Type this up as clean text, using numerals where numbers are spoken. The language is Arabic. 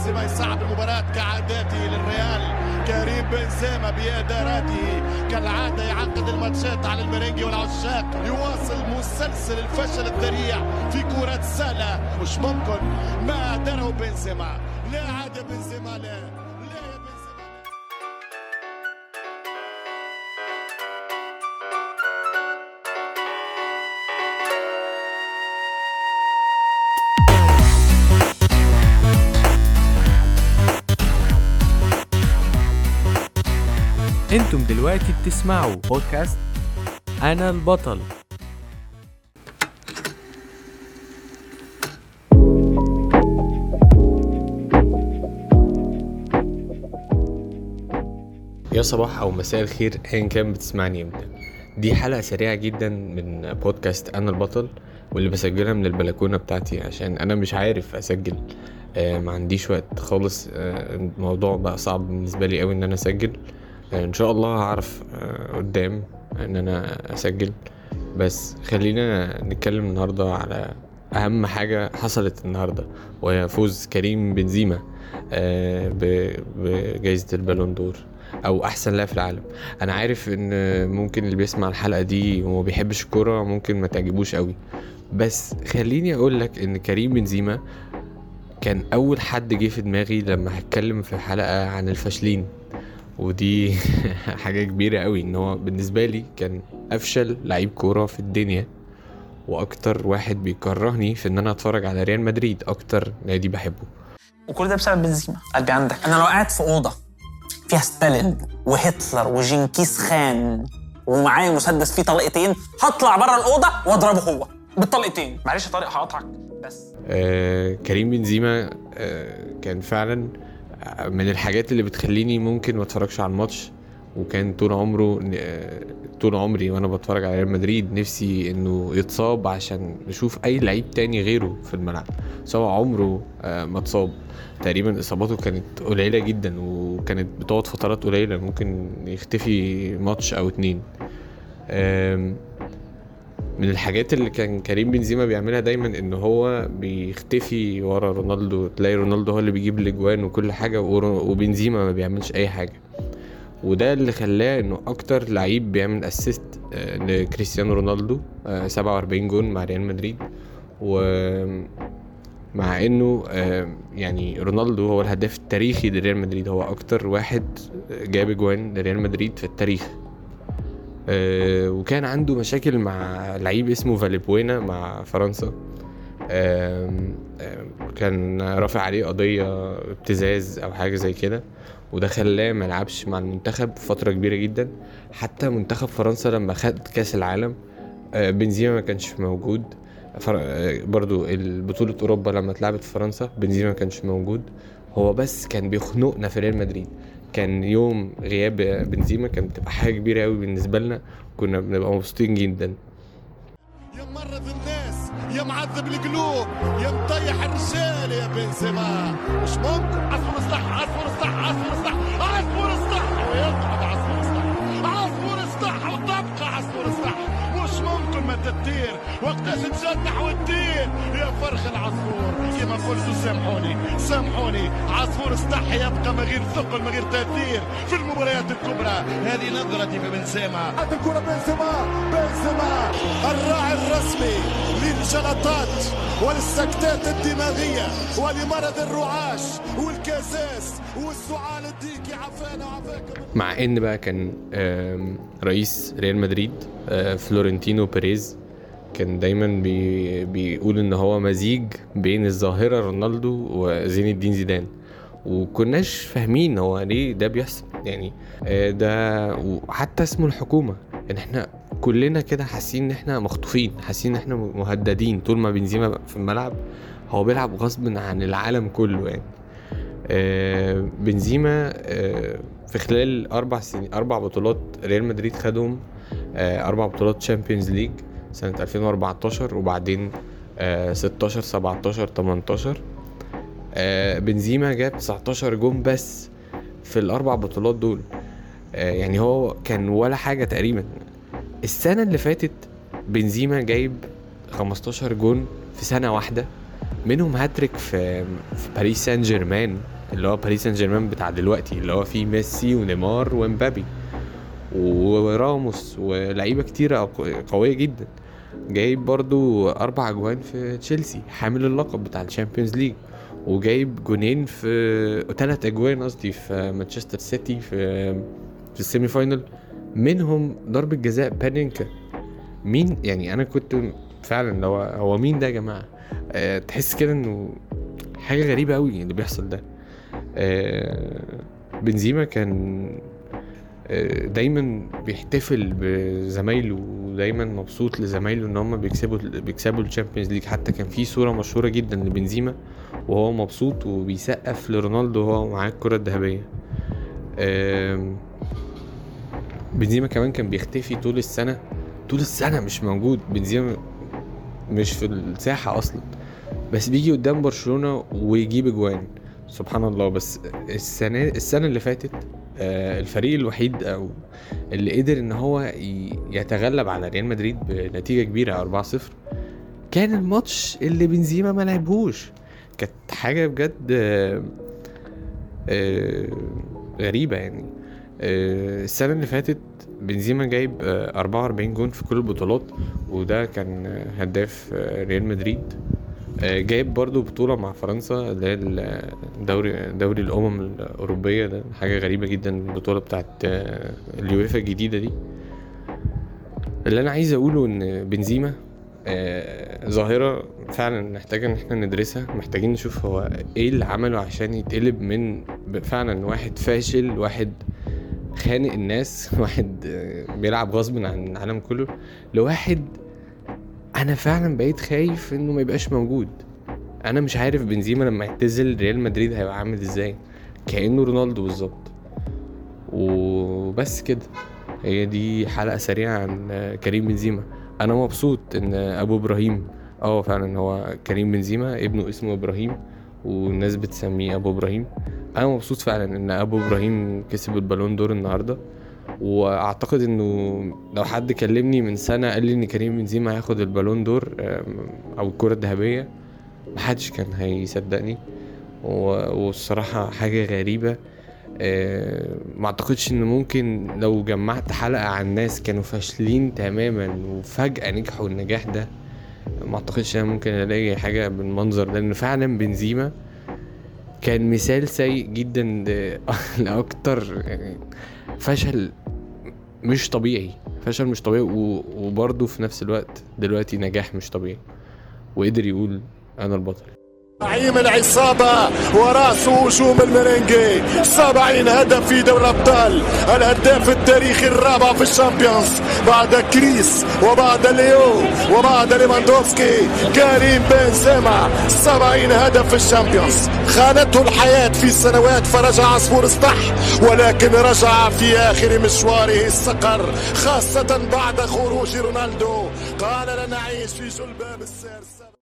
بنزيما يصعب المباراة كعادته للريال. كريم بنزيما بإداراته كالعادة يعقد الماتشات على الميرينجي والعشاق. يواصل مسلسل الفشل الذريع في كرة سهلة. مش ممكن ما أداره بنزيما. لا عاد بنزيما لا يا بنزيما. انتم دلوقتي بتسمعوا بودكاست أنا البطل. يا صباح او مساء الخير ايا كان بتسمعني امتى. دي حلقة سريعة جدا من بودكاست انا البطل، واللي بسجلها من البلكونة بتاعتي عشان انا مش عارف اسجل. ما عنديش وقت خالص. الموضوع بقى صعب بالنسبة لي قوي ان انا اسجل. ان شاء الله هعرف قدام ان انا اسجل. بس خلينا نتكلم النهاردة على اهم حاجة حصلت النهاردة، وهي فوز كريم بنزيما بجائزة البالون دور او احسن لاعب في العالم. انا عارف ان ممكن اللي بيسمع الحلقة دي وما بيحبش الكورة ممكن ما تعجبوش قوي، بس خليني اقول لك ان كريم بنزيما كان اول حد جه في دماغي لما هتكلم في حلقة عن الفاشلين. ودي حاجة كبيرة قوي، ان هو بالنسبة لي كان افشل لعيب كورة في الدنيا، واكتر واحد بيكرهني في ان انا اتفرج على ريال مدريد، اكتر نادي بحبه. وكل ده بسبب بنزيما. قلبي عندك، انا لو قاعد في اوضه فيها ستالين وهتلر وجنكيز خان ومعايا مسدس فيه طلقتين، هطلع بره الاوضه واضربه هو بالطلقتين. معلش يا طارق هقطعك بس. كريم بنزيما كان فعلا من الحاجات اللي بتخليني ممكن ما اتفرجش على الماتش. وكان طول عمري وانا بتفرج على ريال مدريد نفسي انه يتصاب عشان نشوف اي لعيب تاني غيره في الملعب. سواء عمره ما اتصاب، تقريبا اصاباته كانت قليلة جدا، وكانت بتقعد فترات قليلة، ممكن يختفي ماتش او 2. من الحاجات اللي كان كريم بنزيما بيعملها دايما ان هو بيختفي ورا رونالدو. تلاقي رونالدو هو اللي بيجيب الاجوان وكل حاجة، وبنزيما ما بيعملش اي حاجة. وده اللي خلاه انه اكتر لعيب بيعمل اسيست لكريستيانو رونالدو، 47 جون مع ريال مدريد. ومع انه يعني رونالدو هو الهداف التاريخي لريال مدريد، هو اكتر واحد جاب جوان لريال مدريد في التاريخ. وكان عنده مشاكل مع لعيب اسمه فاليبوينا مع فرنسا. كان رافع عليه قضية ابتزاز او حاجة زي كده، وده خلاه ما لعبش مع المنتخب فترة كبيرة جدا. حتى منتخب فرنسا لما خد كاس العالم بنزيما ما كانش موجود. برضو البطولة اوروبا لما اتلعبت في فرنسا بنزيما ما كانش موجود. هو بس كان بيخنقنا في ريال مدريد. كان يوم غياب بنزيما كانت بتبقى حاجة كبيرة قوي بالنسبة لنا، كنا بنبقى مبسوطين جدا. يا مرض الناس، يا معذب القلوب، يا مطيح الرجال يا بنزيما. مش ممكن. عصفور الصح، عصفور الصح، عصفور الصح، عصفور الصح، ويقعد عصفور الصح، عصفور الصح، وتبقى عصفور الصح. مش ممكن ما تطير وقتاش تجنح وتطير يا فرخ العصفور. كما قلت سامحوني عصفور الصح يبقى من غير ثقل من غير تأثير في المباريات الكبرى. هذه نظرتي ببنزيما. الكرة بنزيما الراعي الرسمي للجلطات والسكتات الدماغية ولمرض الرعاش والكازاس والسعال الديكي. عفانا وعفاكم. مع ان بقى كان رئيس ريال مدريد فلورنتينو بيريز كان دايما بيقول ان هو مزيج بين الظاهرة رونالدو وزين الدين زيدان، وكناش فاهمين هو ليه ده بيحصل. يعني ده وحتى اسمه الحكومة، ان احنا كلنا كده حاسين ان احنا مخطوفين، حاسين ان احنا مهددين. طول ما بنزيما في الملعب هو بيلعب غصب عن العالم كله. يعني بنزيما في خلال 4 بطولات ريال مدريد خدهم، 4 بطولات تشامبيونز ليج سنة 2014 وبعدين 16 17 18. بنزيما جاب 19 جون بس في ال4 بطولات دول. يعني هو كان ولا حاجة تقريبا. السنة اللي فاتت بنزيما جايب 15 جون في سنة واحدة، منهم هاتريك في باريس سان جيرمان، اللي هو باريس سان جيرمان بتاع دلوقتي، اللي هو فيه ميسي ونيمار ومبابي وراموس ولاعيبه كتيره قويه جدا. جايب برضو 4 أجوان في تشيلسي حامل اللقب بتاع الشامبيونز ليج، وجايب جونين في 3 أجوان قصدي في مانشستر سيتي في السيمي فاينل، منهم ضربة جزاء بانينكا. مين يعني؟ انا كنت فعلا هو مين ده يا جماعة؟ تحس كده انه حاجة غريبة قوي اللي بيحصل ده. بنزيما كان دايما بيحتفل بزمايله ودايما مبسوط لزمايله ان هم بيكسبوا الشامبيونز ليج. حتى كان في صورة مشهورة جدا لبنزيما وهو مبسوط وبيسقف لرونالدو وهو معاه الكرة الذهبية. بنزيما كمان كان بيختفي طول السنة مش موجود. بنزيما مش في الساحة اصلا، بس بيجي قدام برشلونة ويجيب اجوان سبحان الله. بس السنة اللي فاتت الفريق الوحيد او اللي قدر ان هو يتغلب على ريال مدريد بنتيجة كبيرة 4-0 كان الماتش اللي بنزيما ما لعبهوش. كانت حاجة بجد غريبة يعني. السنة اللي فاتت بنزيما جايب 44 جون في كل البطولات، وده كان هداف ريال مدريد. جايب برضو بطولة مع فرنسا اللي هي دوري الأمم الأوروبية، ده حاجة غريبة جدا البطولة بتاعت اليويفا الجديدة دي. اللي أنا عايز أقوله إن بنزيما ظاهرة فعلا نحتاج ان احنا ندرسها، محتاجين نشوف هو ايه اللي عمله عشان يتقلب من فعلا واحد فاشل، واحد خانق الناس، واحد بيلعب غصب عن العالم كله، لواحد انا فعلا بقيت خايف انه ما يبقاش موجود. انا مش عارف بنزيما لما يعتزل ريال مدريد هيبقى عامل ازاي، كأنه رونالدو بالظبط. وبس كده، هي دي حلقة سريعة عن كريم بنزيما. انا مبسوط ان ابو ابراهيم فعلا هو كريم بنزيما، ابنه اسمه ابراهيم والناس بتسميه ابو ابراهيم. انا مبسوط فعلا ان ابو ابراهيم كسب البالون دور النهارده، واعتقد انه لو حد كلمني من سنة قال لي ان كريم بنزيما هياخد البالون دور او الكرة الذهبية محدش كان هيصدقني. والصراحة حاجة غريبة. ما اعتقدش ان ممكن لو جمعت حلقة عن ناس كانوا فاشلين تماما وفجأة نجحوا النجاح ده، ما اعتقدش انا ممكن الاقي حاجة بالمنظر ده، لان فعلا بنزيما كان مثال سيء جدا لاكتر يعني فشل مش طبيعي، وبرضه في نفس الوقت دلوقتي نجاح مش طبيعي، وقدر يقول انا البطل. زعيم العصابة وراسه هجوم المرنجي، 70 هدف في دوري الأبطال، الهداف التاريخي الرابع في الشامبيونز بعد كريس وبعد ليو وبعد ليفاندوفسكي. كريم بنزيما 70 هدف في الشامبيونز. خانته الحياة في سنوات فرجع عصفور الصح، ولكن رجع في آخر مشواره الصقر، خاصة بعد خروج رونالدو. قال لن نعيش في جلباب السير.